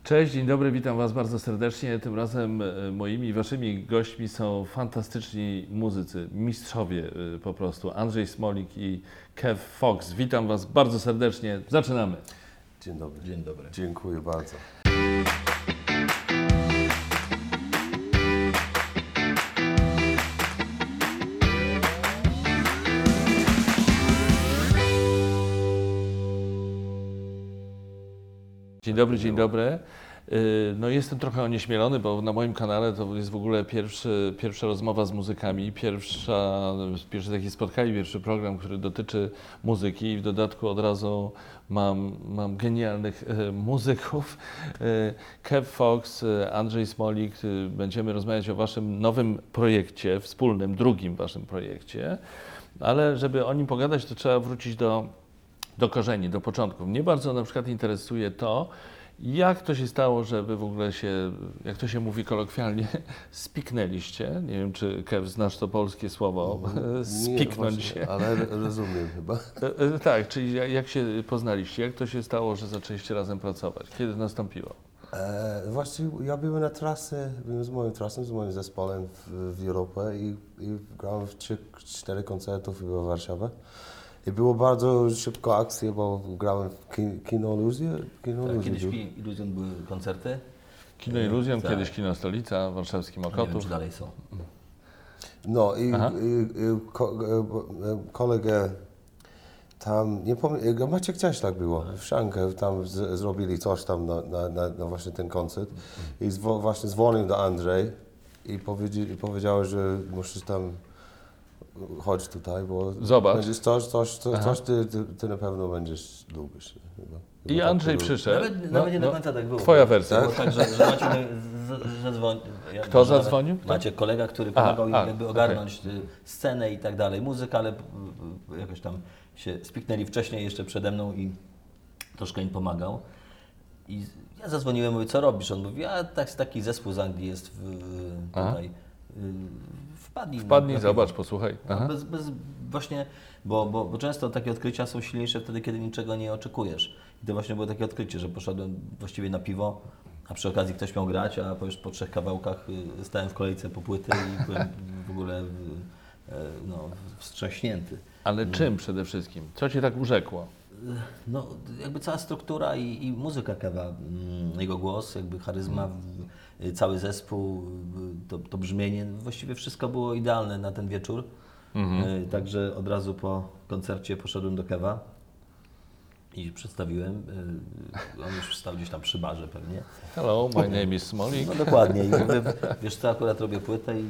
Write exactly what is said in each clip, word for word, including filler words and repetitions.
Cześć, dzień dobry, witam Was bardzo serdecznie. Tym razem moimi i Waszymi gośćmi są fantastyczni muzycy, mistrzowie po prostu. Andrzej Smolik i Kev Fox. Witam Was bardzo serdecznie. Zaczynamy. Dzień dobry. Dzień dobry. Dziękuję bardzo. Dzień dobry, dzień dobry. No jestem trochę onieśmielony, bo na moim kanale to jest w ogóle pierwszy, pierwsza rozmowa z muzykami, pierwsza, pierwsze takie spotkanie, pierwszy program, który dotyczy muzyki i w dodatku od razu mam, mam genialnych e, muzyków. E, Kev Fox, Andrzej Smolik, będziemy rozmawiać o Waszym nowym projekcie, wspólnym, drugim Waszym projekcie, ale żeby o nim pogadać, to trzeba wrócić do do korzeni, do początków. Mnie bardzo na przykład interesuje to, jak to się stało, że Wy w ogóle się, jak to się mówi kolokwialnie, spiknęliście. Nie wiem, czy Kev znasz to polskie słowo, Nie, spiknąć właśnie, się. Ale rozumiem chyba. E, e, tak, czyli jak, jak się poznaliście, jak to się stało, że zaczęliście razem pracować? Kiedy to nastąpiło? E, właśnie ja byłem na trasy, byłem z moim trasem, z moim zespołem w, w Europie i, i grałem w trzy, cztery koncertów w Warszawie. I było bardzo szybko akcja, bo grałem w kin, Kino Iluzja. Kino Tak, Iluzja kiedyś był. w Iluzjon były koncerty. Kino Iluzjon, tak. kiedyś Kino Stolica, warszawski Nie wiem, Mokotów. czy dalej są. No i, Aha. i, i ko, kolega tam, nie pamiętam, Maciek Cieślak było, w Szankę, tam z, zrobili coś tam na, na, na, na właśnie ten koncert i zwo, właśnie dzwonił do Andrzej i powiedział, powiedział, że musisz tam chodź tutaj, bo Zobacz. będziesz coś, coś, coś, coś ty, ty, ty na pewno będziesz lubisz. Chyba. Chyba I tak Andrzej było. przyszedł. Nawet, No, nawet nie do no, końca tak było. Twoja bo wersja. Było tak, że, że Maciek zadzwonił. Kto zadzwonił? Maciek, kolega, który A, pomagał im a, jakby ogarnąć okay. scenę i tak dalej, muzykę, ale jakoś tam się spiknęli wcześniej jeszcze przede mną i troszkę im pomagał. I ja zadzwoniłem, mówię, co robisz? On mówi, a tak, taki zespół z Anglii jest w, tutaj. Wpadnij, Wpadnij, na, zobacz, posłuchaj. no, bez, bez właśnie, bo, bo, bo często takie odkrycia są silniejsze wtedy, kiedy niczego nie oczekujesz. I to właśnie było takie odkrycie, że poszedłem właściwie na piwo, a przy okazji ktoś miał grać, a po już po trzech kawałkach stałem w kolejce po płyty i byłem w ogóle no, wstrząśnięty. Ale czym przede wszystkim? Co Cię tak urzekło? No, jakby cała struktura i, i muzyka Keva, jego głos, jakby charyzma, cały zespół, to, to brzmienie, właściwie wszystko było idealne na ten wieczór. Mhm. Także od razu po koncercie poszedłem do Keva i przedstawiłem. On już stał gdzieś tam przy barze pewnie. Hello, my name is Smolik. No dokładnie. I mówię, wiesz co, akurat robię płytę i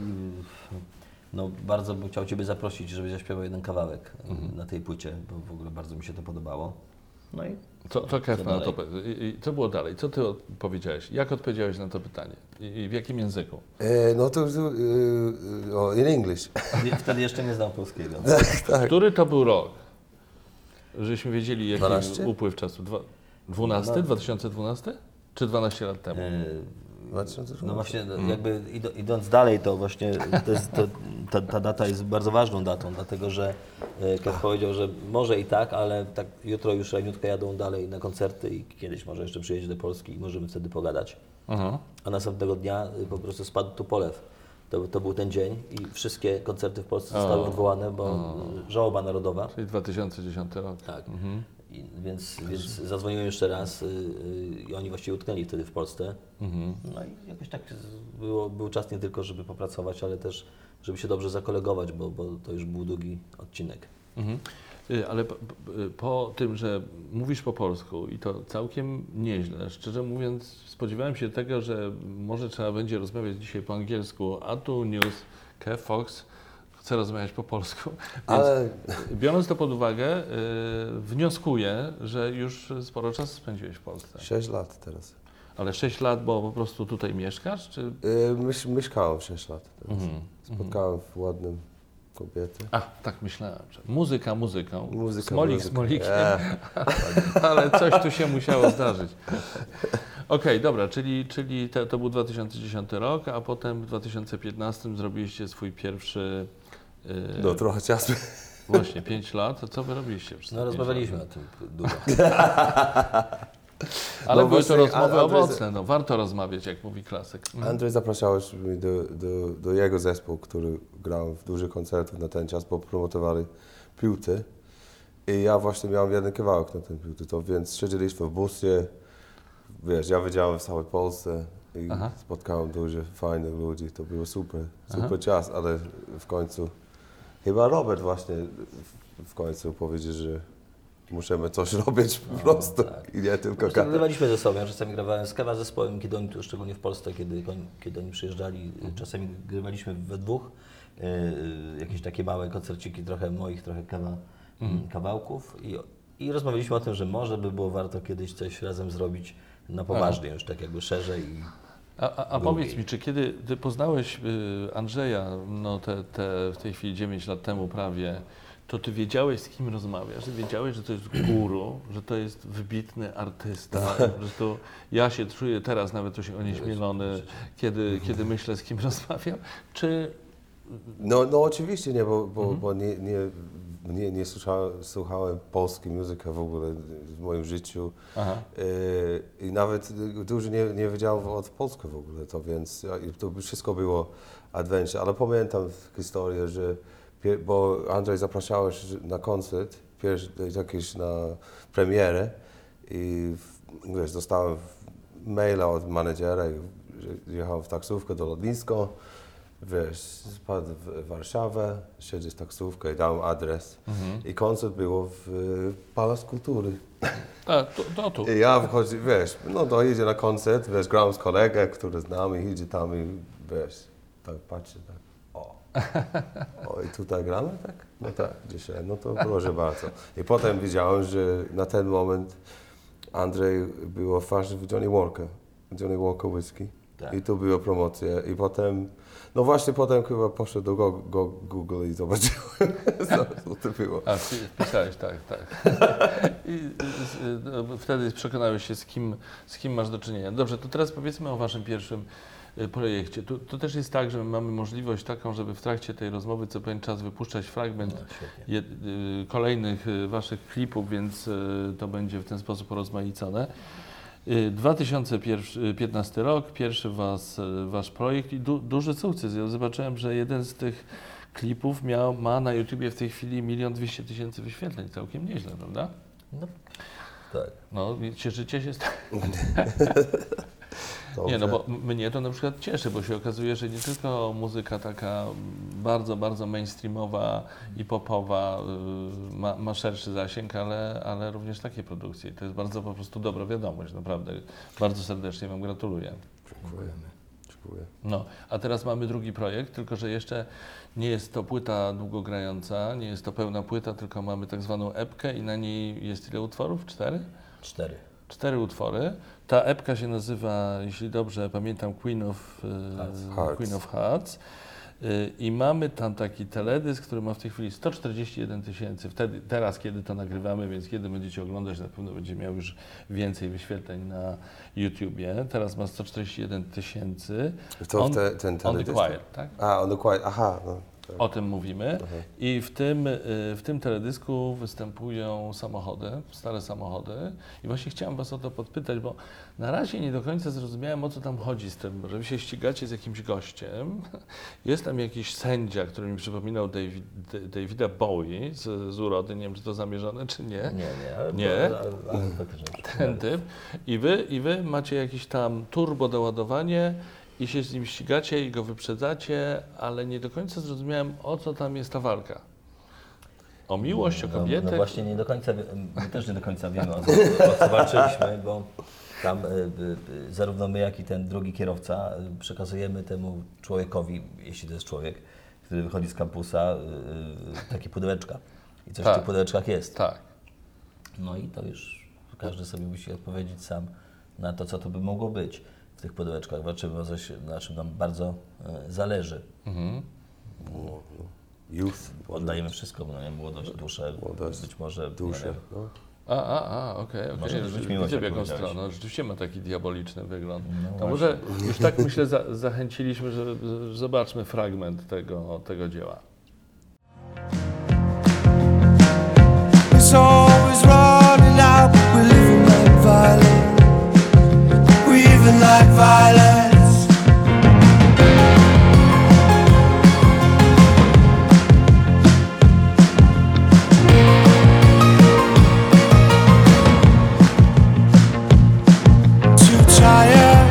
no, bardzo bym chciał Ciebie zaprosić, żebyś zaśpiewał jeden kawałek mhm. na tej płycie, bo w ogóle bardzo mi się to podobało. No i co, co Kev na to, i, co było dalej? Co Ty odpowiedziałeś? Jak odpowiedziałeś na to pytanie? I, i w jakim języku? E, no to uh, in English. Wtedy jeszcze nie znał polskiego. tak, tak. Który to był rok? Żebyśmy wiedzieli, jaki dwanaście? upływ czasu. Dwa, dwunasty? dwa tysiące dwunasty? Czy dwanaście lat temu? E, dwa tysiące dwunasty. No właśnie, jakby idąc dalej, to właśnie to jest, to, ta, ta data jest bardzo ważną datą, dlatego że Kev powiedział, że może i tak, ale tak jutro już raniutko jadą dalej na koncerty i kiedyś może jeszcze przyjedzie do Polski i możemy wtedy pogadać. Aha. A następnego dnia po prostu spadł tu polew. To, to był ten dzień i wszystkie koncerty w Polsce zostały odwołane, bo o. żałoba narodowa. Czyli dwa tysiące dziesiąty rok. Tak. Mhm. I, więc, więc zadzwoniłem jeszcze raz yy, yy, i oni właściwie utknęli wtedy w Polsce. Mhm. No i jakoś tak było, był czas nie tylko, żeby popracować, ale też, żeby się dobrze zakolegować, bo, bo to już był długi odcinek. Mhm. Ale po, po tym, że mówisz po polsku i to całkiem nieźle, szczerze mówiąc spodziewałem się tego, że może trzeba będzie rozmawiać dzisiaj po angielsku, a tu news, Kev Fox chce rozmawiać po polsku. Ale biorąc to pod uwagę, yy, wnioskuję, że już sporo czasu spędziłeś w Polsce. sześć lat teraz. Ale sześć lat, bo po prostu tutaj mieszkasz? Czy? Yy, myś, mieszkałem sześć lat teraz. Mm-hmm. Spotkałem w ładnym kobiety. A, tak myślałem, że muzyka muzyką, muzyka, smolik muzyka. smolikiem, yeah. Ale coś tu się musiało zdarzyć. Okej, okay, dobra, czyli, czyli te, to był dwa tysiące dziesiąty rok, a potem w dwa tysiące piętnastym zrobiliście swój pierwszy... Yy, no trochę czasu. Właśnie, pięć lat, to co wy robiliście? No rozmawialiśmy o tym długo. Ale No były to właśnie, rozmowy Andrzej- owocne, no warto rozmawiać, jak mówi klasyk. Mhm. Andrzej zapraszałeś mnie do, do, do jego zespołu, który grał w dużych koncertach na ten czas, bo promotowali płyty. I ja właśnie miałem jeden kawałek na ten płyty, to więc siedzieliśmy w busie, wiesz, ja wiedziałem w całej Polsce i Aha. spotkałem dużo fajnych ludzi, to było super, super Aha. czas, ale w końcu, chyba Robert właśnie w, w końcu powiedział, że musimy coś robić po prostu tak. i nie tylko Zresztą gadać. grywaliśmy ze sobą, ja czasami grałem z Kewa zespołem, kiedy oni tu, szczególnie w Polsce, kiedy, kiedy oni przyjeżdżali, czasami grywaliśmy we dwóch, yy, jakieś takie małe koncerciki, trochę moich, trochę Kewa mm. kawałków i, i rozmawialiśmy o tym, że może by było warto kiedyś coś razem zrobić na poważnie, już tak jakby szerzej. I A, a, a powiedz mi, czy kiedy ty poznałeś y, Andrzeja, no te, te w tej chwili dziewięć lat temu prawie, to ty wiedziałeś, z kim rozmawiasz, ty wiedziałeś, że to jest guru, że to jest wybitny artysta, że to ja się czuję teraz nawet się onieśmielony, kiedy, kiedy myślę, z kim rozmawiam, czy... No, no oczywiście nie, bo, bo, Mhm. bo nie, nie, nie, nie słuchałem, słuchałem polskiej muzyki w ogóle w moim życiu. Aha. Y, I nawet dużo nie, nie wiedziałem od polsku w ogóle, to więc to wszystko było adventure. Ale pamiętam historię, że pie- bo Andrzej zapraszałeś na koncert, pierwszy, jakiś na premierę i w- wiesz, dostałem maila od menedżera, i, że jechałem w taksówkę do lotniska. Wiesz, spadł w Warszawę, siedzi w taksówkę i dałem adres. Mhm. I koncert było w y, Pałac Kultury. A, to, to tu. I ja wchodzi, wiesz, no to idzie na koncert, wiesz, grałem z kolegą, który znam i idzie tam i wiesz, tak patrzy, tak, o. O, i tutaj gramy, tak? No tak, dzisiaj, no to proszę bardzo. I potem widziałem, że na ten moment Andrzej było twarzy w Johnny Walker, Johnny Walker Whisky. Tak. I to była promocja. I potem, no właśnie potem chyba poszedł do go, go, Google i zobaczyłem, co, co to było. A, wpi- wpisałeś, tak, tak. I z, no, wtedy przekonałeś się, z kim, z kim masz do czynienia. Dobrze, to teraz powiedzmy o waszym pierwszym y, projekcie. Tu, to też jest tak, że my mamy możliwość taką, żeby w trakcie tej rozmowy co pewien czas wypuszczać fragment No, świetnie. je, y, kolejnych y, waszych klipów, więc y, to będzie w ten sposób porozmaicone. Y, dwa tysiące piętnasty rok, pierwszy was, y, wasz projekt i du, duży sukces. Ja zobaczyłem, że jeden z tych klipów miał, ma na YouTubie w tej chwili milion dwieście tysięcy wyświetleń. Całkiem nieźle, prawda? No, tak. No, i cieszycie się z tego? Dobrze. Nie, no bo m- mnie to na przykład cieszy, bo się okazuje, że nie tylko muzyka taka bardzo, bardzo mainstreamowa i popowa y, ma, ma szerszy zasięg, ale, ale również takie produkcje. I to jest bardzo po prostu dobra wiadomość, naprawdę. Bardzo serdecznie Wam gratuluję. Dziękujemy. Dziękuję. No, a teraz mamy drugi projekt, tylko że jeszcze nie jest to płyta długogrająca, nie jest to pełna płyta, tylko mamy tak zwaną epkę i na niej jest ile utworów? Cztery? Cztery. Cztery utwory. Ta epka się nazywa, jeśli dobrze pamiętam, Queen of, y, Hearts. Queen of Hearts. Y, I mamy tam taki teledysk, który ma w tej chwili sto czterdzieści jeden tysięcy. Wtedy, teraz, kiedy to nagrywamy, więc kiedy będziecie oglądać, na pewno będzie miał już więcej wyświetleń na YouTubie. Teraz ma sto czterdzieści jeden tysięcy. To On- te, ten On the teledysk? Choir, tak? A, on the Quiet, aha. No, tak. O tym mówimy. Aha. I w tym, y, w tym teledysku występują samochody, stare samochody. I właśnie chciałem Was o to podpytać, bo na razie nie do końca zrozumiałem, o co tam chodzi z tym, że Wy się ścigacie z jakimś gościem. Jest tam jakiś sędzia, który mi przypominał David, Davida Bowie z, z urody. Nie wiem, czy to zamierzone, czy nie. Nie, nie, ale, Nie? ale, ale, ale faktycznie. Ten typ. I wy, I wy macie jakieś tam turbo doładowanie i się z nim ścigacie i go wyprzedzacie, ale nie do końca zrozumiałem, o co tam jest ta walka. O miłość, o No, kobietę. no właśnie nie do końca, wie- my też nie do końca wiemy, o co, o co walczyliśmy, bo tam y, y, y, zarówno my, jak i ten drugi kierowca y, przekazujemy temu człowiekowi, jeśli to jest człowiek, który wychodzi z kampusa, y, y, takie pudełeczka. I coś Tak. w tych pudełeczkach jest. Tak. No i to już każdy sobie musi odpowiedzieć sam na to, co to by mogło być w tych pudełeczkach. Walczymy o coś, na czym nam bardzo y, zależy. Mhm. Youth. Oddajemy wszystko, no nie, młodość, duszę, Młodość, być może duszę. nie wiem, No. A, a, a, okej, okej. Może też być Widzę, miłość, w jak jaką powiedziałeś. stronę. Rzeczywiście ma taki diaboliczny wygląd. No to właśnie. może już tak myślę, za, zachęciliśmy, że, że zobaczmy fragment tego, tego dzieła. It's always running out, we're living like violence. like violence. Too tired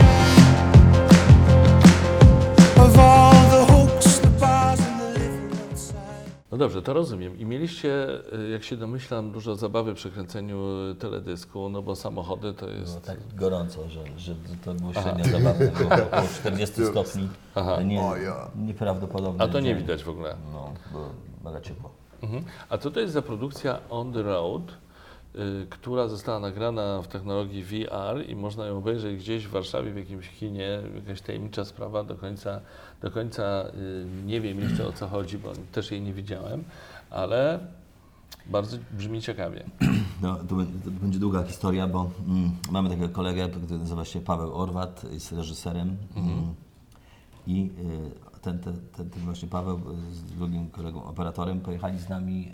of all the hooks, the bars and the living outside. No dobrze, to rozumiem. I mieliście, y, jak się domyślam, dużo zabawy przy kręceniu teledysku, no bo samochody to jest... Było tak gorąco, że, że to było średnio zabawne. Było około czterdzieści stopni. Aha. Nie, nieprawdopodobne. A to nie że- widać w ogóle. No, było mega ciepło. Mhm. A co to jest za produkcja On the Road, y, która została nagrana w technologii V R i można ją obejrzeć gdzieś w Warszawie, w jakimś kinie, jakaś tajemnicza sprawa, do końca, do końca y, nie wiem jeszcze o co chodzi, bo też jej nie widziałem, ale bardzo brzmi ciekawie. No, to, będzie, to będzie długa historia, bo mm, mamy takiego kolegę, który nazywa się Paweł Orwat, jest reżyserem. Mm, I y, ten, ten, ten, ten właśnie Paweł y, z drugim kolegą operatorem pojechali z nami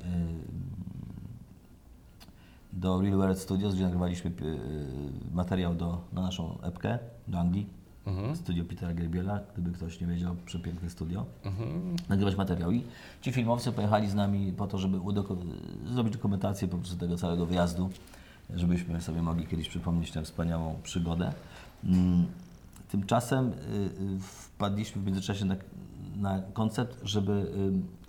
y, do Real World Studios, gdzie nagrywaliśmy y, materiał do, na naszą epkę do Anglii. Mhm. Studio Petera Gerbiela, gdyby ktoś nie wiedział, przepiękne studio. Mhm. Nagrywać materiał. I ci filmowcy pojechali z nami po to, żeby udoko- zrobić dokumentację po prostu tego całego wyjazdu, żebyśmy sobie mogli kiedyś przypomnieć tę wspaniałą przygodę. Mm, Tymczasem y, y, wpadliśmy w międzyczasie na, na koncept, żeby y,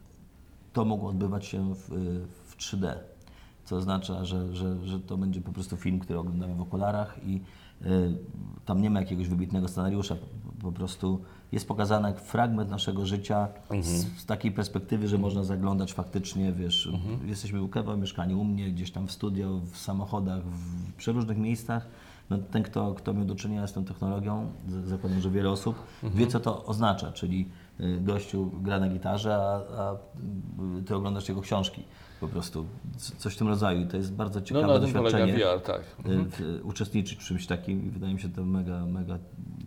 to mogło odbywać się w, y, w trzy D. Co oznacza, że, że, że to będzie po prostu film, który oglądamy w okularach i y, tam nie ma jakiegoś wybitnego scenariusza, po, po prostu jest pokazany fragment naszego życia z, z takiej perspektywy, że można zaglądać faktycznie, wiesz, jesteśmy u Kewa w mieszkaniu, u mnie, gdzieś tam w studio, w samochodach, w przeróżnych miejscach. No, ten, kto, kto miał do czynienia z tą technologią, z- zakładam, że wiele osób, wie, co to oznacza, czyli y, gościu gra na gitarze, a, a y, ty oglądasz jego książki. Po prostu c- coś w tym rodzaju. I to jest bardzo No ciekawe na tym polega doświadczenie. V R, tak. y, w, uczestniczyć w czymś takim i wydaje mi się to mega, mega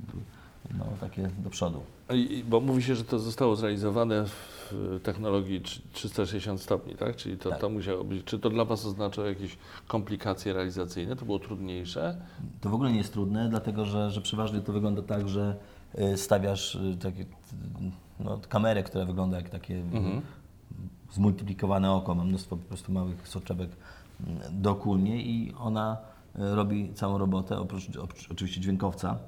no, takie do przodu. I, i- bo mówi się, że to zostało zrealizowane w technologii trzy- trzysta sześćdziesiąt stopni, tak? Czyli to, Tak. to musiało być. Czy to dla Was oznacza jakieś komplikacje realizacyjne? To było trudniejsze? To w ogóle nie jest trudne, dlatego że, że przeważnie to wygląda tak, że y, stawiasz y, takie, y, no, kamerę, która wygląda jak takie Mhm. zmultiplikowane oko, ma mnóstwo po prostu małych soczewek mm, dookólnie i ona y, robi całą robotę, oprócz, oprócz oczywiście dźwiękowca.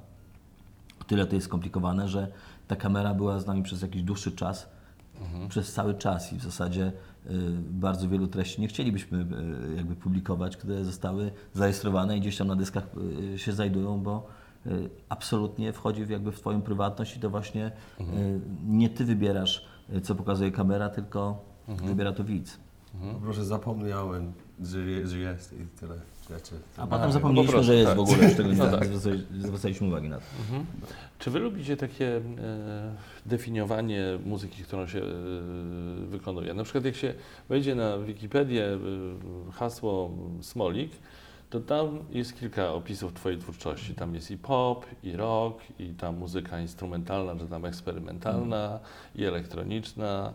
O tyle to jest skomplikowane, że ta kamera była z nami przez jakiś dłuższy czas, przez cały czas i w zasadzie y, bardzo wielu treści nie chcielibyśmy y, jakby publikować, które zostały zarejestrowane i gdzieś tam na dyskach y, się znajdują, bo y, absolutnie wchodzi w, jakby w Twoją prywatność i to właśnie y, nie Ty wybierasz, y, co pokazuje kamera, tylko wybiera to widz. Po prostu zapomniałem, że, je- że jest i tyle rzeczy. A potem po zapomnieliśmy, prostu, że jest tak. w ogóle, już tego nie No tak. zwracali- zwracaliśmy uwagi na to. Czy Wy lubicie takie e, definiowanie muzyki, którą się e, wykonuje? Na przykład jak się wejdzie na Wikipedię e, hasło Smolik, to tam jest kilka opisów Twojej twórczości. Tam jest i pop, i rock, i ta muzyka instrumentalna, czy tam eksperymentalna, i elektroniczna.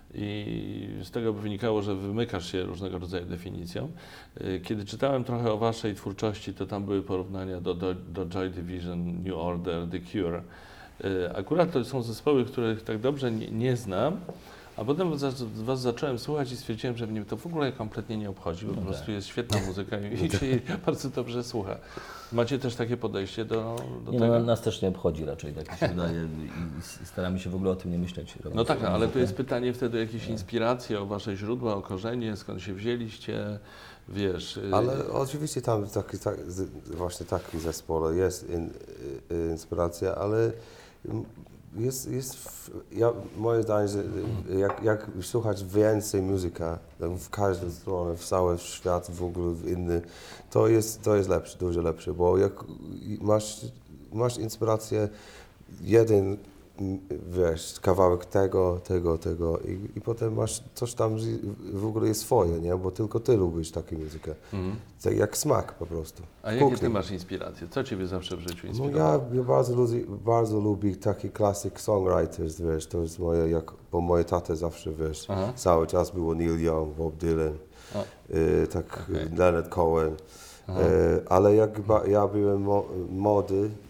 I z tego by wynikało, że wymykasz się różnego rodzaju definicjom. Y, Kiedy czytałem trochę o Waszej twórczości, to tam były porównania do, do, do Joy Division, New Order, The Cure. Y, Akurat to są zespoły, których tak dobrze nie, nie znam, a potem za- Was zacząłem słuchać i stwierdziłem, że mnie to w ogóle kompletnie nie obchodzi, bo po No prostu tak. jest świetna muzyka i, i się jej bardzo dobrze słucha. Macie też takie podejście do, do Nie, tego? no, nas też nie obchodzi raczej, tak mi się wydaje i, i staramy się w ogóle o tym nie myśleć. No robiąc tak, ale to muzykę. jest pytanie wtedy o jakieś inspiracje, o Wasze źródła, o korzenie, skąd się wzięliście, wiesz... y, Ale oczywiście tam taki, tak, z- właśnie taki zespół jest in, y, inspiracja, ale mm, jest, jest w, ja, moje zdanie, że jak, jak słuchać więcej muzyka w każdą stronę, w cały świat, w ogóle w inny, to jest, to jest lepsze, dużo lepsze, bo jak masz, masz inspirację, jeden wiesz, kawałek tego, tego, tego i, i potem masz coś tam, że w ogóle jest swoje, nie? Bo tylko ty lubisz taką muzykę. Mhm. Tak jak smak po prostu. A W jakie kuchni. Ty masz inspiracje? Co Ciebie zawsze w życiu No inspirowało? ja, ja bardzo, lubię, bardzo lubię taki classic songwriters, wiesz, to jest moje, jak, bo moje taty zawsze, wiesz, Aha. cały czas było Neil Young, Bob Dylan, A. y, tak Okej. Leonard Cohen, Aha. y, ale jak ba, ja byłem mo, młody,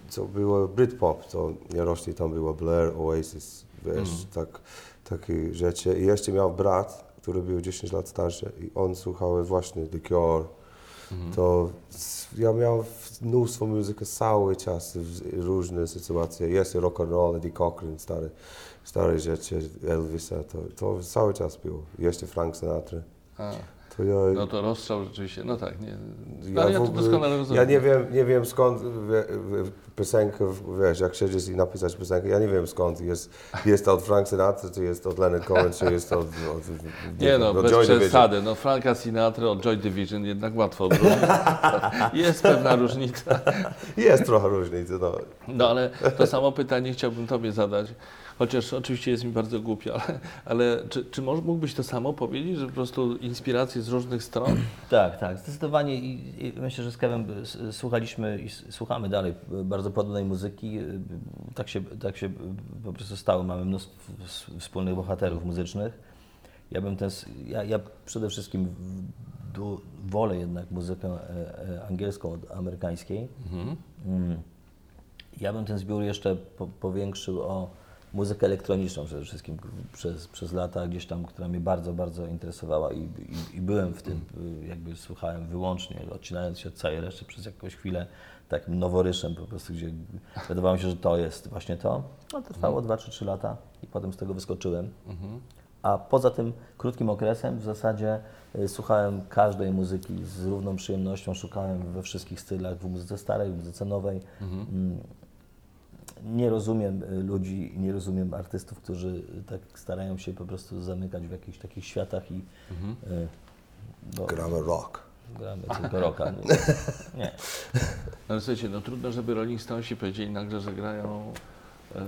co było Britpop, to nie rośnie tam było Blair, Oasis, wiesz, mm. tak, takie rzeczy. I jeszcze miał brat, który był dziesięć lat starszy i on słuchał właśnie The Cure. Mm. To ja miałem mnóstwo muzyki cały czas, w różne sytuacje. Jest rock and roll, Eddie Cochran, stare, stare rzeczy, Elvisa, to, to cały czas było. Jeszcze Frank Sinatra. A. To ja, no to rozstrzał rzeczywiście, no tak, nie. Ja, ale ja to ogóle, doskonale rozumiem. Ja nie wiem, nie wiem skąd piosenkę, wiesz, jak siedzisz i napisać piosenkę, ja nie wiem skąd jest, jest to od Frank Sinatra, czy jest to od Leonard Cohen, czy jest to od, od Nie no, od bez Joy przesady, Division. no Franka Sinatra od Joy Division jednak łatwo odróżnić. Jest pewna różnica. Jest trochę różnicy, no. No ale to samo pytanie chciałbym Tobie zadać. Chociaż oczywiście jest mi bardzo głupio, ale, ale czy, czy mógłbyś to samo powiedzieć, że po prostu inspiracje z różnych stron? Tak, tak, zdecydowanie i, i myślę, że z Kevem słuchaliśmy i słuchamy dalej bardzo podobnej muzyki. Tak się, tak się po prostu stało, mamy mnóstwo wspólnych bohaterów muzycznych. Ja bym ten, ja, ja przede wszystkim du, wolę jednak muzykę angielską od amerykańskiej. Mhm. Ja bym ten zbiór jeszcze po, powiększył o muzykę elektroniczną przede wszystkim przez, przez lata gdzieś tam, która mnie bardzo, bardzo interesowała i, i, i byłem w tym, jakby słuchałem wyłącznie, odcinając się od całej reszty przez jakąś chwilę takim noworyszem po prostu, gdzie wydawało mi się, że to jest właśnie to. No to trwało dwa czy trzy lata i potem z tego wyskoczyłem. Mhm. A poza tym krótkim okresem w zasadzie y, słuchałem każdej muzyki z równą przyjemnością, szukałem we wszystkich stylach, w muzyce starej, w muzyce nowej. Mhm. Mm, Nie rozumiem ludzi, nie rozumiem artystów, którzy tak starają się po prostu zamykać w jakichś takich światach i... Mhm. Y, bo, gramy rock. Gramy tylko rocka. Nie. nie. No słuchajcie, no trudno, żeby Rolling Stonesi powiedzieli nagle, że grają e,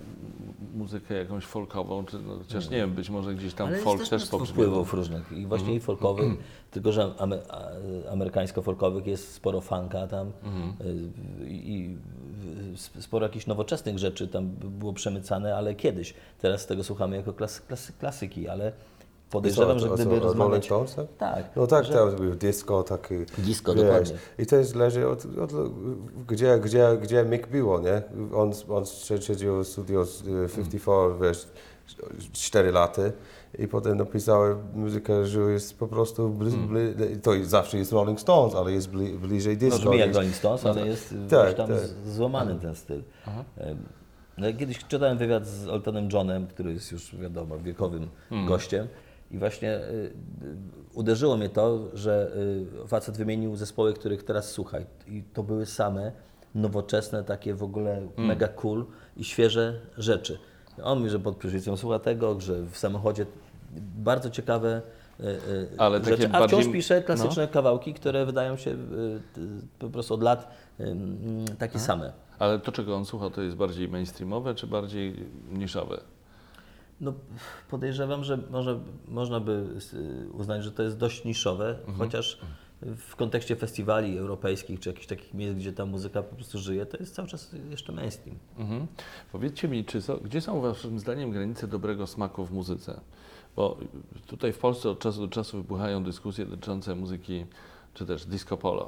muzykę jakąś folkową, czy, no, chociaż nie wiem, być może gdzieś tam ale folk jest też też pobrzmiał. wpływów różnych i właśnie mm. i folkowych, tylko że amer, amerykańsko-folkowych jest sporo funka tam mm. y, i sporo jakichś nowoczesnych rzeczy tam było przemycane, ale kiedyś. Teraz z tego słuchamy jako klasy, klasy, klasyki, ale podejrzewam, że gdyby co, rozmawiać... Stones, tak? Tak. No tak, że... teraz był disco taki... Disco, wiesz, dokładnie. I to jest leży od, od, gdzie, gdzie, gdzie Mick było, nie? On, on siedział w studio pięćdziesiąt cztery, wiesz, cztery lata i potem napisał muzykę, że jest po prostu, bli, bli, to zawsze jest Rolling Stones, ale jest bli, bliżej disco. No brzmi jak Rolling Stones, ale jest tak, tam tak. złamany ten styl. Aha. No, kiedyś czytałem wywiad z Eltonem Johnem, który jest już, wiadomo, wiekowym hmm. gościem i właśnie y, uderzyło mnie to, że y, facet wymienił zespoły, których teraz słuchaj i to były same nowoczesne, takie w ogóle hmm. mega cool i świeże rzeczy. On mówi, że pod prysznicem słucha tego, że w samochodzie bardzo ciekawe y, y, Ale rzeczy, takie a bardziej... wciąż pisze klasyczne no. kawałki, które wydają się y, y, po prostu od lat y, y, takie a? same. Ale to, czego on słucha, to jest bardziej mainstreamowe, czy bardziej niszowe? No, podejrzewam, że może, można by uznać, że to jest dość niszowe, mhm. chociaż w kontekście festiwali europejskich, czy jakichś takich miejsc, gdzie ta muzyka po prostu żyje, to jest cały czas jeszcze mainstream. Mhm. Powiedzcie mi, czy so, gdzie są waszym zdaniem granice dobrego smaku w muzyce? Bo tutaj w Polsce od czasu do czasu wybuchają dyskusje dotyczące muzyki, czy też disco polo.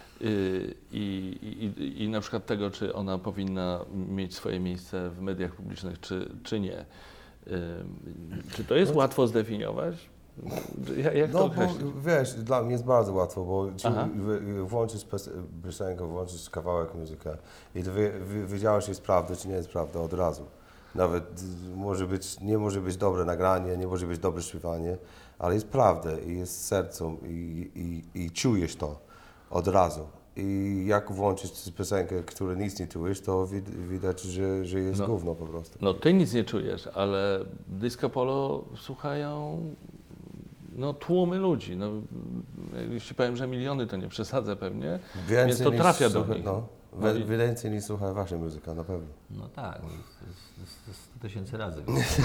I, i, i na przykład tego, czy ona powinna mieć swoje miejsce w mediach publicznych, czy, czy nie. Czy to jest no, łatwo zdefiniować? Jak, jak no, to bo, wiesz, dla mnie jest bardzo łatwo, bo włączysz piosenkę, włączysz kawałek muzyka i wiedziałeś, czy jest prawda, czy nie jest prawda od razu. Nawet może być, nie może być dobre nagranie, nie może być dobre śpiewanie, ale jest prawda i jest sercem i, i, i czujesz to od razu. I jak włączyć piosenkę, która nic nie czujesz, to widać, że, że jest no, gówno po prostu. No ty nic nie czujesz, ale disco polo słuchają no, tłumy ludzi. No, jeśli powiem, że miliony, to nie przesadzę pewnie, więcej więc to trafia do nich. No, no i... Więcej niż słucha wasza muzyka, na pewno. No tak, sto tysięcy razy.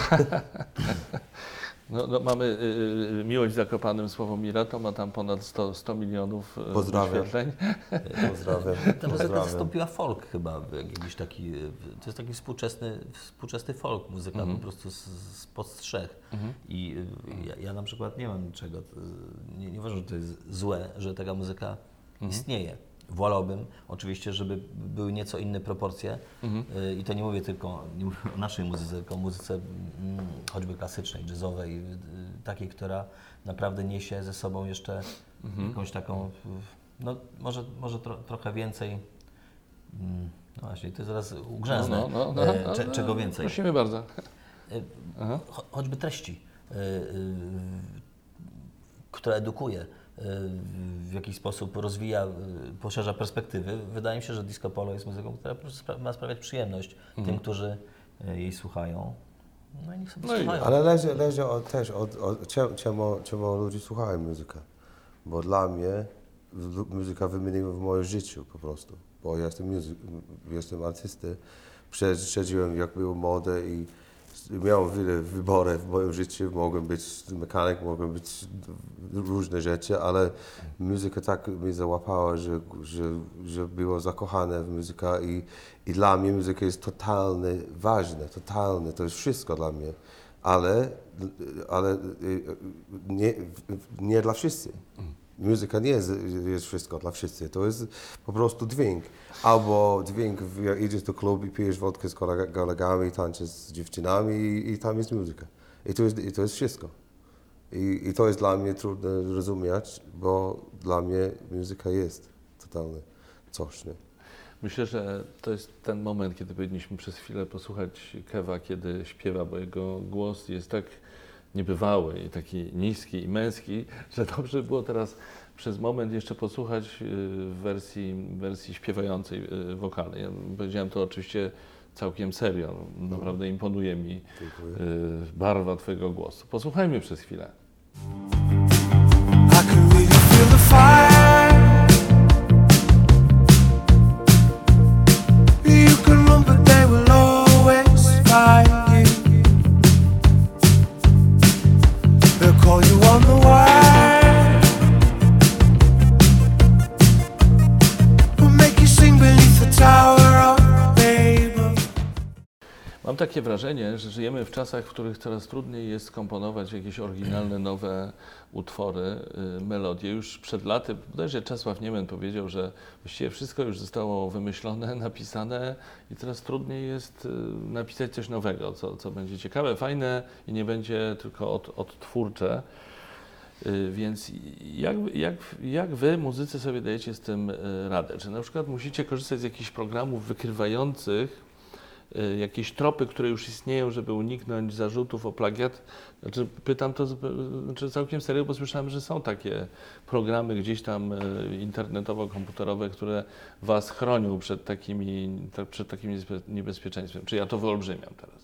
No, no, mamy y, Miłość Zakopanym Sławomira, to ma tam ponad sto, sto milionów y, wyświetleń. Pozdrawiam. Ta muzyka zastąpiła folk chyba, jakiś taki, to jest taki współczesny, współczesny folk, muzyka mm-hmm. po prostu z, z podstrzech. Mm-hmm. I y, ja, ja na przykład nie mam niczego, nie, nie uważam, że to jest złe, że taka muzyka mm-hmm. istnieje. wolałbym oczywiście, żeby były nieco inne proporcje Mhm. y, i to nie mówię tylko nie mówię o naszej muzyce, tylko o muzyce mm, choćby klasycznej, jazzowej, y, takiej, która naprawdę niesie ze sobą jeszcze Mhm. jakąś taką, y, no może, może tro, trochę więcej, mm, no właśnie, to zaraz ugrzęznę, No, no, no, e, no, cze, no, czego więcej. Prosimy bardzo. Y, Aha. cho, choćby treści, y, y, która edukuje, w jakiś sposób rozwija, poszerza perspektywy. Wydaje mi się, że disco polo jest muzyką, która po prostu spra- ma sprawiać przyjemność Mhm. tym, którzy jej słuchają. No i niech sobie No i- słuchają. Ale leży, leży od, też od, od czemu, czemu, czemu ludzie słuchają muzykę. Bo dla mnie w- muzyka wymieniła w moim życiu po prostu. Bo ja jestem, muzyk, jestem artystą. Przeżyłem jak było młode i miałem wiele wyborów w moim życiu. Mogłem być mechanik, mogłem być różne rzeczy, ale muzyka tak mnie załapała, że, że, że było zakochane w muzyce i, i dla mnie muzyka jest totalnie ważna, totalnie, to jest wszystko dla mnie, ale, ale nie, nie dla wszyscy. Muzyka nie jest, jest wszystko dla wszystkich, to jest po prostu dźwięk. Albo dźwięk, jak idziesz do klubu i pijesz wodkę z kolega- kolegami, tańczysz z dziewczynami i, i tam jest muzyka. I to jest, i to jest wszystko. I, I to jest dla mnie trudno zrozumieć, bo dla mnie muzyka jest totalnie coś. Nie? Myślę, że to jest ten moment, kiedy powinniśmy przez chwilę posłuchać Kewa, kiedy śpiewa, bo jego głos jest tak niebywały i taki niski i męski, że dobrze było teraz przez moment jeszcze posłuchać w wersji, wersji śpiewającej, wokalnej. Ja powiedziałem to oczywiście całkiem serio. Naprawdę imponuje mi Dziękuję. barwa Twojego głosu. Posłuchajmy przez chwilę. I can really feel the fire. You can run, but they will always find you. They'll call you on the wire. Will make you sing beneath the tower of Babel. Mam takie wrażenie, że żyjemy w czasach, w których coraz trudniej jest skomponować jakieś oryginalne, nowe utwory, y, melodie. Już przed laty, bodajże Czesław Niemen powiedział, że właściwie wszystko już zostało wymyślone, napisane i teraz trudniej jest y, napisać coś nowego, co, co będzie ciekawe, fajne i nie będzie tylko od, odtwórcze. Y, Więc jak, jak, jak Wy, muzycy, sobie dajecie z tym y, radę? Czy na przykład musicie korzystać z jakichś programów wykrywających y, jakieś tropy, które już istnieją, żeby uniknąć zarzutów o plagiat? Znaczy, pytam to zupe- znaczy całkiem serio, bo słyszałem, że są takie programy gdzieś tam y, internetowo-komputerowe, które Was chronią przed takimi, ta, przed takim niezbe- niebezpieczeństwem. Czy ja to wyolbrzymiam teraz?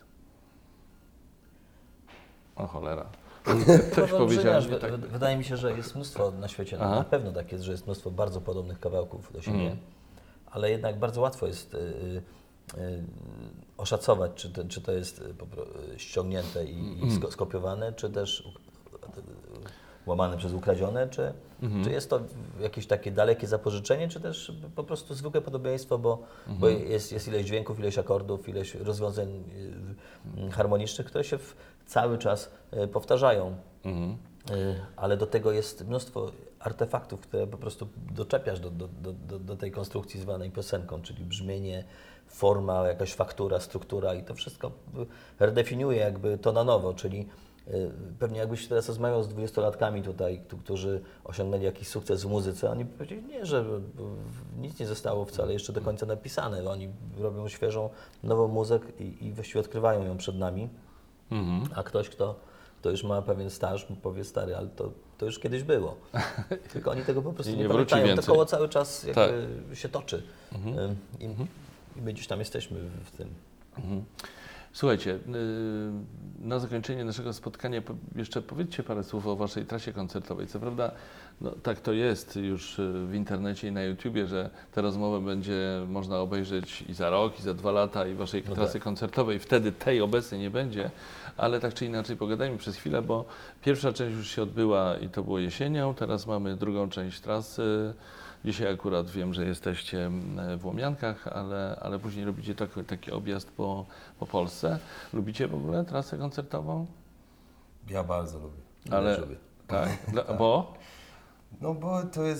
O cholera. Ktoś No, powiedział, olbrzymia, że wy- tak. wy- Wydaje mi się, że jest mnóstwo na świecie, Aha. na pewno tak jest, że jest mnóstwo bardzo podobnych kawałków do siebie, Mhm. ale jednak bardzo łatwo jest y, y, y, oszacować, czy to, czy to jest y, po pro- y, ściągnięte i, i Mhm. sko- skopiowane, czy też u- y, łamane przez ukradzione, czy, Mhm. czy jest to jakieś takie dalekie zapożyczenie, czy też po prostu zwykłe podobieństwo, bo, bo Mhm. jest, jest ileś dźwięków, ileś akordów, ileś rozwiązań y, y, harmonicznych, które się w, cały czas y, powtarzają. Mhm. Y, ale do tego jest mnóstwo artefaktów, które po prostu doczepiasz do, do, do, do, do tej konstrukcji zwanej piosenką, czyli brzmienie, forma, jakaś faktura, struktura i to wszystko y, redefiniuje jakby to na nowo, czyli y, pewnie jakbyś teraz rozmawiał z dwudziestolatkami tutaj, tu- którzy osiągnęli jakiś sukces w muzyce, oni by powiedzieli, nie, że y, nic nie zostało wcale jeszcze do końca napisane, oni robią świeżą, nową muzykę i, i właściwie odkrywają ją przed nami, Mhm. a ktoś, kto to już ma pewien staż, mu powie, stary, ale to, to już kiedyś było. Tylko oni tego po prostu I nie, nie wróci pamiętają. więcej. To koło cały czas jakby się toczy. Mhm. Ym, I, I my gdzieś tam jesteśmy w tym. Mhm. Słuchajcie, yy, na zakończenie naszego spotkania po- jeszcze powiedzcie parę słów o Waszej trasie koncertowej. Co prawda, no, tak to jest już y, w internecie i na YouTubie, że tę rozmowę będzie można obejrzeć i za rok, i za dwa lata, i Waszej No trasy tak. koncertowej. Wtedy tej obecnej nie będzie, ale tak czy inaczej pogadajmy przez chwilę, bo pierwsza część już się odbyła i to było jesienią, teraz mamy drugą część trasy. Dzisiaj akurat wiem, że jesteście mm, w Łomiankach, ale, ale później robicie tak, taki objazd po, po Polsce. Lubicie w ogóle trasę koncertową? Ja bardzo lubię. Ale Lubię. tak, Dla, bo? No bo to jest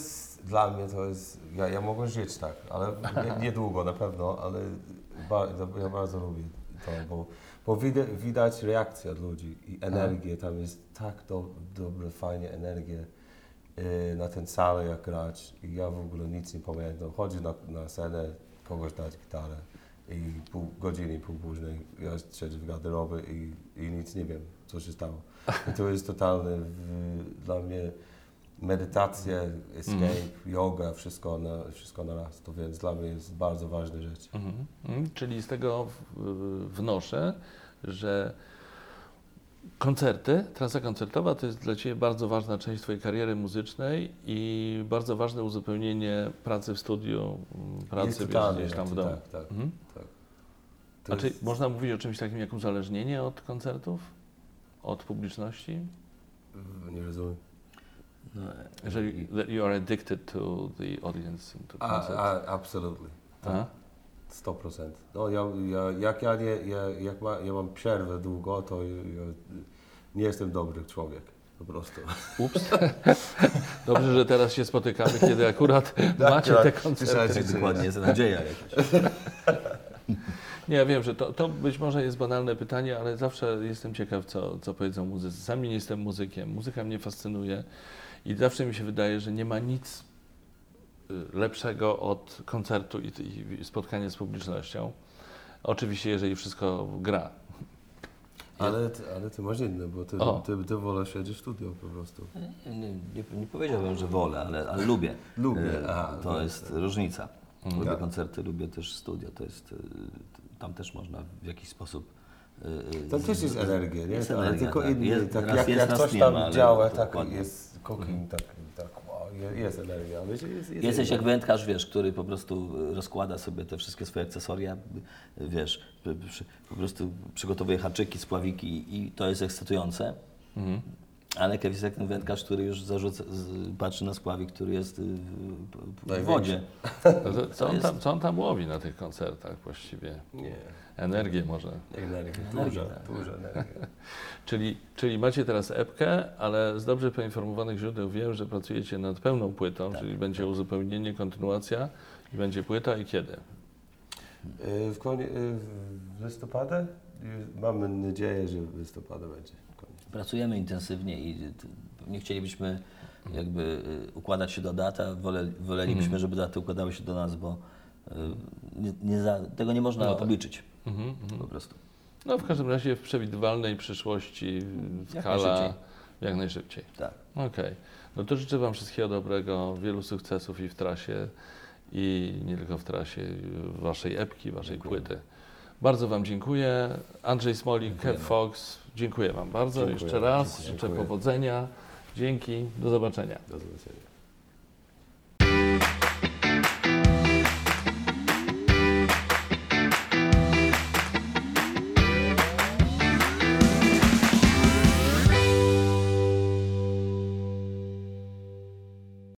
dla mnie to jest, ja, ja mogę żyć tak, ale nie, niedługo na pewno, ale ba, ja bardzo lubię to, bo, bo widać, widać reakcję od ludzi i energię, tam jest tak do, dobre, fajnie energię y, na ten salę jak grać i ja w ogóle nic nie pamiętam, chodzę na, na scenę, kogoś dać gitarę i pół godziny, pół później ja siedzę w garderobie i, i nic nie wiem, co się stało. I to jest totalne w, dla mnie medytacja, escape, mm. yoga, wszystko na, wszystko na raz. To więc dla mnie jest bardzo ważna rzecz. Mm. Mm. Czyli z tego w, wnoszę, że koncerty, trasa koncertowa to jest dla Ciebie bardzo ważna część Twojej kariery muzycznej i bardzo ważne uzupełnienie pracy w studiu, pracy jest wiesz, totalnie, gdzieś tam w domu. Tak, tak, mhm. tak. A jest... czy można mówić o czymś takim jak uzależnienie od koncertów? Od publiczności? Nie rozumiem. No, jeżeli you are addicted to the audience and to a, concerts. a, absolutely. Tak. sto procent. No, ja, ja, jak ja, nie, ja, jak ma, ja mam przerwę długo, to ja, ja nie jestem dobry człowiek. Po prostu. Ups. Dobrze, że teraz się spotykamy, kiedy akurat macie te koncerty. Dokładnie, jest nadzieja jakaś. Nie, ja wiem, że to, to być może jest banalne pytanie, ale zawsze jestem ciekaw, co, co powiedzą muzycy. Sami nie jestem muzykiem, muzyka mnie fascynuje i zawsze mi się wydaje, że nie ma nic lepszego od koncertu i, i spotkania z publicznością. Oczywiście, jeżeli wszystko gra. Ale, ty, ale ty masz inne, bo ty, ty, ty wolę siedzieć w studio po prostu. Nie, nie, nie powiedziałbym, że wolę, ale, ale lubię. Lubię, aha. To jest różnica. Mhm. Lubię Tak. koncerty, lubię też studio. To jest, tam też można w jakiś sposób... Tam też jest energia, nie? Jest ale energia, tylko tak. inny. Jest, Tak, raz jak jest, jak raz coś nie tam ma, ale działa, tak dokładnie. jest cooking, tak, tak wow, jest energia. Ale jest, jest Jesteś energia. jak wędkarz, wiesz, który po prostu rozkłada sobie te wszystkie swoje akcesoria, wiesz, po prostu przygotowuje haczyki, spławiki i to jest ekscytujące. Mhm. Ale Kev jest jak ten wędkarz, który już zarzuca, z, patrzy na spławik, który jest w, w wodzie. Co, co, on tam, co on tam łowi na tych koncertach właściwie? Nie. Energię może. Energia, Energia, duża, tak. duża energia. Czyli, czyli macie teraz epkę, ale z dobrze poinformowanych źródeł wiem, że pracujecie nad pełną płytą, Tak, czyli będzie uzupełnienie, kontynuacja i będzie płyta i kiedy? Y, W, konie, y, w listopadzie? Y, Mamy nadzieję, że w listopadzie będzie. Koniec. Pracujemy intensywnie i t- nie chcielibyśmy jakby y, układać się do dat, a wole, wolelibyśmy, Mhm. żeby daty układały się do nas, bo y, nie, nie za, tego nie można No tak. obliczyć Mhm, mhm. po prostu. No w każdym razie w przewidywalnej przyszłości Jak skala najszybciej. jak najszybciej. Tak. Okej. No to życzę Wam wszystkiego dobrego, wielu sukcesów i w trasie, i nie tylko w trasie Waszej epki, Waszej Dziękuję. płyty. Bardzo Wam dziękuję. Andrzej Smolik, Kev Dziękujemy. Fox, dziękuję Wam bardzo Dziękuję. jeszcze raz, Dziękuję. życzę powodzenia. Dzięki, do zobaczenia. Do zobaczenia.